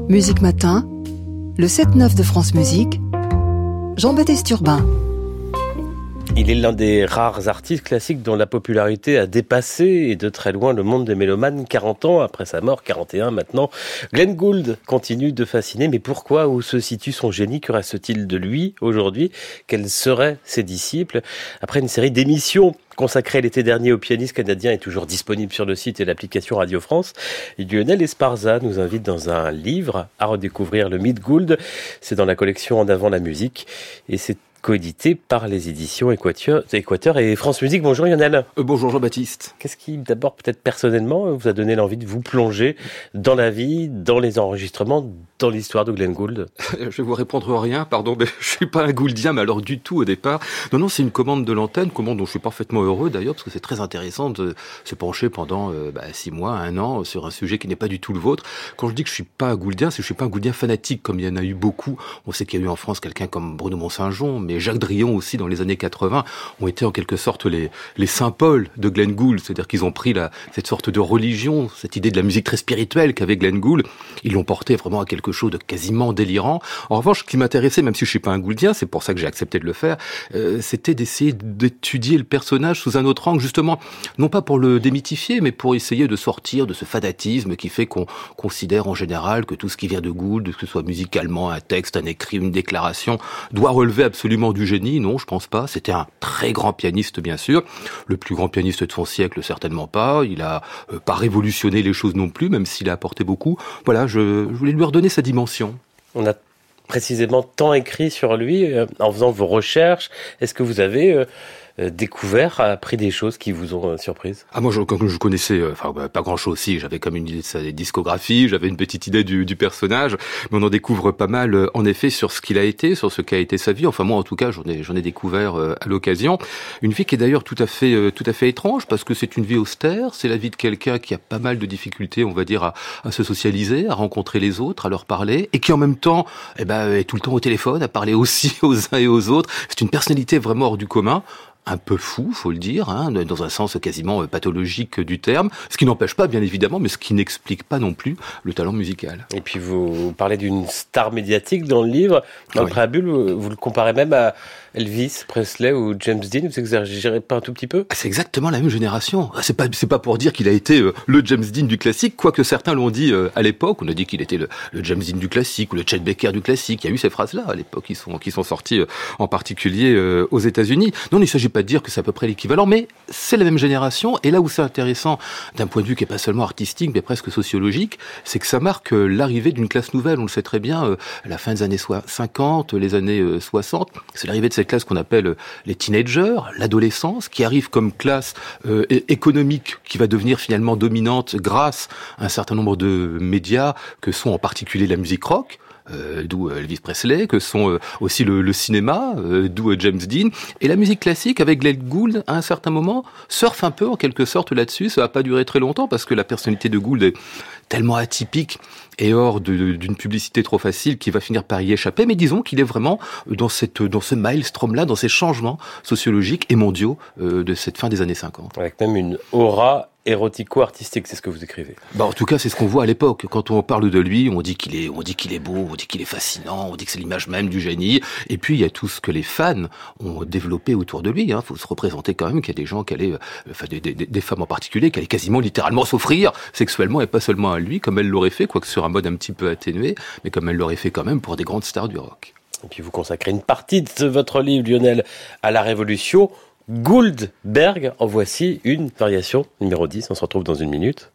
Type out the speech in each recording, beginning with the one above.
Musique Matin, le 7-9 de France Musique, Jean-Baptiste Urbain. Il est l'un des rares artistes classiques dont la popularité a dépassé, et de très loin, le monde des mélomanes 40 ans après sa mort, 41 maintenant. Glenn Gould continue de fasciner, mais pourquoi? Où se situe son génie? Que reste-t-il de lui aujourd'hui? Quels seraient ses disciples? Après une série d'émissions consacrée l'été dernier au pianiste canadien et toujours disponible sur le site et l'application Radio France, Lionel Esparza nous invite dans un livre à redécouvrir le mythe Gould. C'est dans la collection En avant la musique, et c'est coédité par les éditions Équateur et France Musique. Bonjour Lionel. Bonjour Jean-Baptiste. Qu'est-ce qui, d'abord peut-être personnellement, vous a donné l'envie de vous plonger dans la vie, dans les enregistrements, dans l'histoire de Glenn Gould? Je vais vous répondre rien, pardon, mais je suis pas un Gouldien, mais alors du tout au départ. Non, c'est une commande de l'antenne, commande dont je suis parfaitement heureux d'ailleurs, parce que c'est très intéressant de se pencher pendant 6 mois, 1 an, sur un sujet qui n'est pas du tout le vôtre. Quand je dis que je suis pas un Gouldien, c'est que je suis pas un Gouldien fanatique, comme il y en a eu beaucoup. On sait qu'il y a eu en France quelqu'un comme Bruno Mont-Saint-Jean, mais Jacques Drillon aussi, dans les années 80, ont été en quelque sorte les Saint-Paul de Glenn Gould, c'est-à-dire qu'ils ont pris cette sorte de religion, cette idée de la musique très spirituelle qu'avait Glenn Gould, ils l'ont porté vraiment à quelque chose de quasiment délirant. En revanche, ce qui m'intéressait, même si je suis pas un Gouldien, c'est pour ça que j'ai accepté de le faire, c'était d'essayer d'étudier le personnage sous un autre angle, justement, non pas pour le démythifier, mais pour essayer de sortir de ce fanatisme qui fait qu'on considère en général que tout ce qui vient de Gould, que ce soit musicalement, un texte, un écrit, une déclaration, doit relever absolument du génie. Non, je pense pas. C'était un très grand pianiste, bien sûr. Le plus grand pianiste de son siècle, certainement pas. Il a pas révolutionné les choses non plus, même s'il a apporté beaucoup. Voilà, je voulais lui redonner sa dimension. On a précisément tant écrit sur lui en faisant vos recherches. Est-ce que vous avez découvert, appris des choses qui vous ont surprise? Moi, je connaissais, pas grand-chose aussi. J'avais comme une idée de sa discographie, j'avais une petite idée du personnage, mais on en découvre pas mal, en effet, sur ce qu'il a été, sur ce qu'a été sa vie. Enfin, moi, en tout cas, j'en ai découvert à l'occasion. Une vie qui est d'ailleurs tout à fait étrange, parce que c'est une vie austère. C'est la vie de quelqu'un qui a pas mal de difficultés, on va dire, à se socialiser, à rencontrer les autres, à leur parler, et qui en même temps, est tout le temps au téléphone, à parler aussi aux uns et aux autres. C'est une personnalité vraiment hors du commun. Un peu fou, faut le dire, dans un sens quasiment pathologique du terme, ce qui n'empêche pas, bien évidemment, mais ce qui n'explique pas non plus le talent musical. Et puis vous parlez d'une star médiatique dans le livre. Dans le préambule, vous le comparez même à Elvis Presley ou James Dean. Vous exagérez pas un tout petit peu? C'est exactement la même génération. C'est pas pour dire qu'il a été le James Dean du classique, quoique certains l'ont dit à l'époque. On a dit qu'il était le James Dean du classique ou le Chet Baker du classique. Il y a eu ces phrases-là à l'époque qui sont sorties en particulier aux États-Unis. Non, il ne s'agit pas de dire que c'est à peu près l'équivalent, mais c'est la même génération. Et là où c'est intéressant, d'un point de vue qui est pas seulement artistique, mais presque sociologique, c'est que ça marque l'arrivée d'une classe nouvelle. On le sait très bien, à la fin des années 50, les années 60, c'est l'arrivée de cette classe qu'on appelle les teenagers, l'adolescence, qui arrive comme classe économique, qui va devenir finalement dominante grâce à un certain nombre de médias, que sont en particulier la musique rock, d'où Elvis Presley, que sont aussi le cinéma, d'où James Dean, et la musique classique avec Glenn Gould, à un certain moment, surfe un peu en quelque sorte là-dessus. Ça va pas durer très longtemps parce que la personnalité de Gould est tellement atypique et hors d'une publicité trop facile qu'il va finir par y échapper, mais disons qu'il est vraiment dans ce maelstrom-là, dans ces changements sociologiques et mondiaux de cette fin des années 50. Avec même une aura érotico-artistique, c'est ce que vous écrivez. En tout cas, c'est ce qu'on voit à l'époque. Quand on parle de lui, on dit qu'il est beau, on dit qu'il est fascinant, on dit que c'est l'image même du génie. Et puis, il y a tout ce que les fans ont développé autour de lui. Faut se représenter quand même qu'il y a des gens qui allaient, des femmes en particulier, qui allaient quasiment littéralement s'offrir sexuellement, et pas seulement à lui, comme elle l'aurait fait, quoique sur un mode un petit peu atténué, mais comme elle l'aurait fait quand même pour des grandes stars du rock. Et puis vous consacrez une partie de votre livre, Lionel, à la Révolution. Gouldberg, en voici une variation, numéro 10, on se retrouve dans une minute.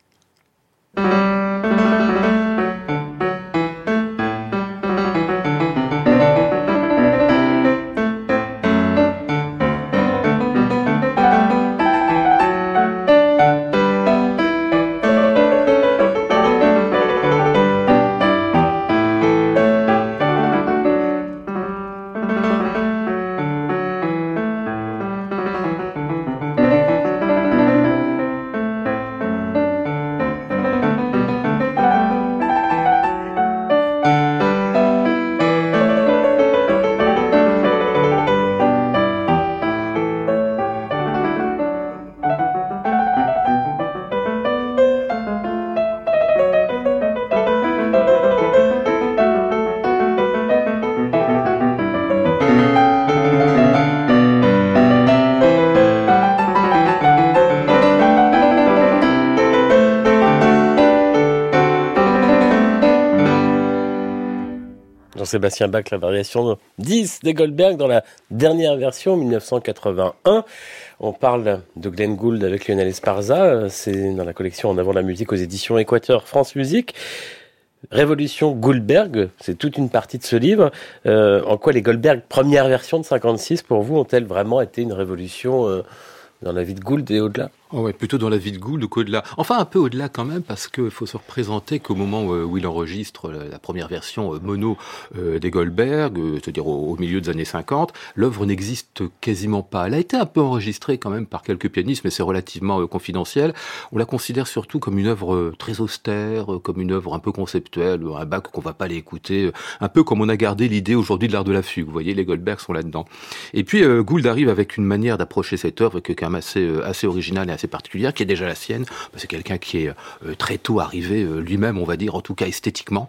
Jean-Sébastien Bach, la variation 10 des Goldberg dans la dernière version, 1981. On parle de Glenn Gould avec Lionel Esparza. C'est dans la collection En avant la musique aux éditions Équateur France Musique. Révolution Goldberg, c'est toute une partie de ce livre. En quoi les Goldberg, première version de 56, pour vous, ont-elles vraiment été une révolution dans la vie de Gould et au-delà ? Oh ouais, plutôt dans la vie de Gould qu'au-delà. Enfin, un peu au-delà quand même, parce qu'il faut se représenter qu'au moment où il enregistre la première version mono des Goldberg, c'est-à-dire au milieu des années 50, l'œuvre n'existe quasiment pas. Elle a été un peu enregistrée quand même par quelques pianistes, mais c'est relativement confidentiel. On la considère surtout comme une œuvre très austère, comme une œuvre un peu conceptuelle, un Bach qu'on va pas aller écouter, un peu comme on a gardé l'idée aujourd'hui de l'art de la fugue. Vous voyez, les Goldberg sont là-dedans. Et puis Gould arrive avec une manière d'approcher cette œuvre qui est quand même assez originale et assez particulière, qui est déjà la sienne. C'est quelqu'un qui est très tôt arrivé lui-même, on va dire, en tout cas esthétiquement.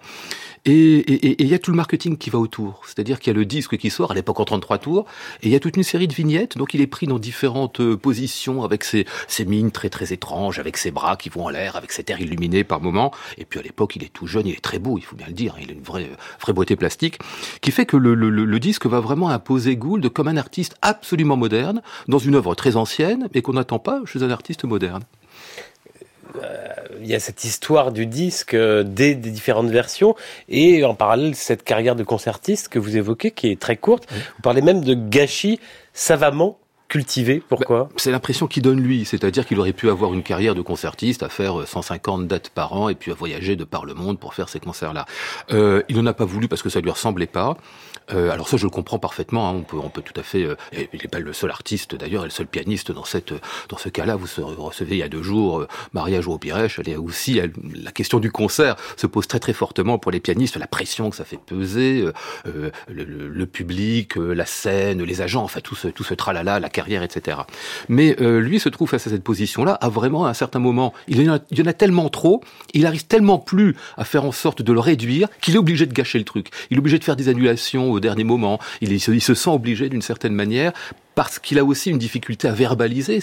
Et il y a tout le marketing qui va autour. C'est-à-dire qu'il y a le disque qui sort, à l'époque en 33 tours, et il y a toute une série de vignettes. Donc il est pris dans différentes positions, avec ses mines très très étranges, avec ses bras qui vont en l'air, avec cet air illuminé par moments. Et puis à l'époque, il est tout jeune, il est très beau, il faut bien le dire. Il a une vraie beauté plastique, qui fait que le disque va vraiment imposer Gould comme un artiste absolument moderne, dans une œuvre très ancienne, et qu'on n'attend pas chez un artiste moderne. Il y a cette histoire du disque des différentes versions et en parallèle cette carrière de concertiste que vous évoquez qui est très courte. Oui. Vous parlez même de gâchis savamment cultivé. Pourquoi ? C'est l'impression qu'il donne lui, c'est-à-dire qu'il aurait pu avoir une carrière de concertiste, à faire 150 dates par an et puis à voyager de par le monde pour faire ces concerts-là. Il n'en a pas voulu parce que ça lui ressemblait pas. Alors ça, je le comprends parfaitement. Hein. On peut tout à fait. Il n'est pas le seul artiste d'ailleurs, et le seul pianiste dans ce cas-là. Vous recevez il y a 2 jours Mariage au Pirèche. Elle est aussi la question du concert se pose très très fortement pour les pianistes. La pression que ça fait peser, le public, la scène, les agents, enfin tout ce tralala, la carrière, etc. Mais lui se trouve face à cette position-là. À vraiment à un certain moment, il y en a tellement trop, il arrive tellement plus à faire en sorte de le réduire qu'il est obligé de gâcher le truc. Il est obligé de faire des annulations au dernier moment. Il se sent obligé d'une certaine manière parce qu'il a aussi une difficulté à verbaliser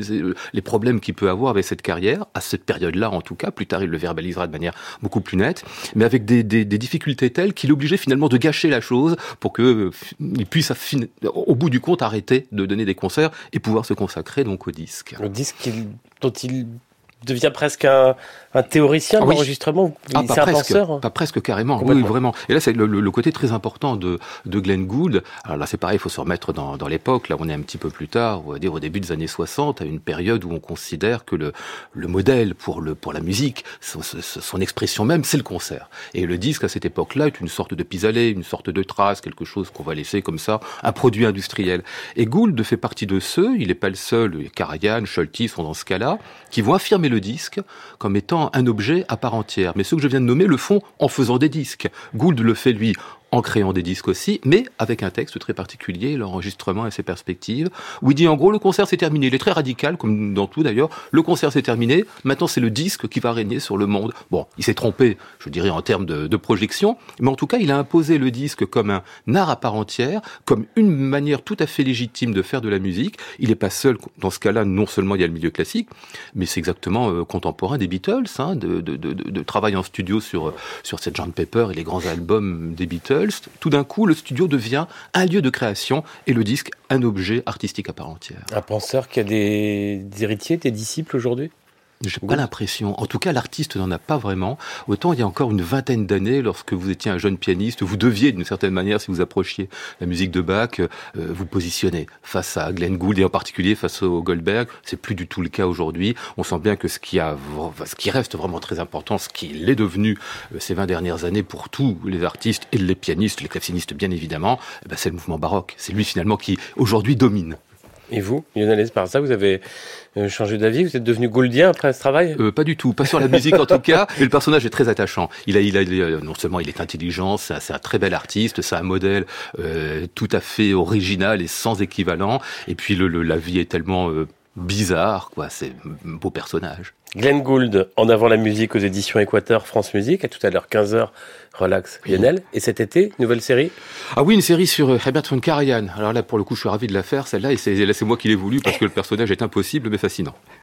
les problèmes qu'il peut avoir avec cette carrière, à cette période-là en tout cas. Plus tard, il le verbalisera de manière beaucoup plus nette, mais avec des difficultés telles qu'il est obligé finalement de gâcher la chose pour qu'il puisse au bout du compte arrêter de donner des concerts et pouvoir se consacrer donc au disque. Le disque dont il devient presque un théoricien de l'enregistrement. C'est un penseur. Pas presque carrément. Oui, vraiment. Et là, c'est le côté très important de Glenn Gould. Alors là, c'est pareil, il faut se remettre dans l'époque. Là, on est un petit peu plus tard, on va dire au début des années 60, à une période où on considère que le modèle pour la musique, son expression même, c'est le concert. Et le disque, à cette époque-là, est une sorte de pis-aller, une sorte de trace, quelque chose qu'on va laisser comme ça, un produit industriel. Et Gould fait partie de ceux, il n'est pas le seul, Karajan, Scholti sont dans ce cas-là, qui vont affirmer le disque comme étant un objet à part entière. Mais ceux que je viens de nommer le font en faisant des disques. Gould le fait, lui, en créant des disques aussi, mais avec un texte très particulier, l'enregistrement et ses perspectives, où il dit en gros le concert s'est terminé. Il est très radical, comme dans tout d'ailleurs. Le concert s'est terminé, maintenant c'est le disque qui va régner sur le monde. Bon, il s'est trompé, je dirais, en termes de projection, mais en tout cas, il a imposé le disque comme un art à part entière, comme une manière tout à fait légitime de faire de la musique. Il n'est pas seul, dans ce cas-là, non seulement il y a le milieu classique, mais c'est exactement contemporain des Beatles, hein, de travail en studio sur Sgt. Pepper et les grands albums des Beatles. Tout d'un coup, le studio devient un lieu de création et le disque un objet artistique à part entière. Un penseur qui a des héritiers, des disciples aujourd'hui ? J'ai pas l'impression. En tout cas, l'artiste n'en a pas vraiment. Autant il y a encore une vingtaine d'années, lorsque vous étiez un jeune pianiste, vous deviez, d'une certaine manière, si vous approchiez la musique de Bach, vous positionner face à Glenn Gould et en particulier face au Goldberg. C'est plus du tout le cas aujourd'hui. On sent bien que ce qui reste vraiment très important, ce qui l'est devenu ces 20 dernières années pour tous les artistes et les pianistes, les clavecistes bien évidemment, c'est le mouvement baroque. C'est lui finalement qui aujourd'hui domine. Et vous, Lionel Esparza, vous avez changé d'avis? Vous êtes devenu gouldien après ce travail? Pas du tout, pas sur la musique en tout cas, mais le personnage est très attachant. Non seulement il est intelligent, c'est un très bel artiste, c'est un modèle tout à fait original et sans équivalent, et puis la vie est tellement bizarre, quoi. C'est un beau personnage. Glenn Gould, En avant la musique aux éditions Équateur France Musique, à tout à l'heure 15h, relax Lionel. Et cet été, nouvelle série? Ah oui, une série sur Herbert von Karajan. Alors là, pour le coup, je suis ravi de la faire, celle-là, et c'est moi qui l'ai voulu parce que le personnage est impossible mais fascinant.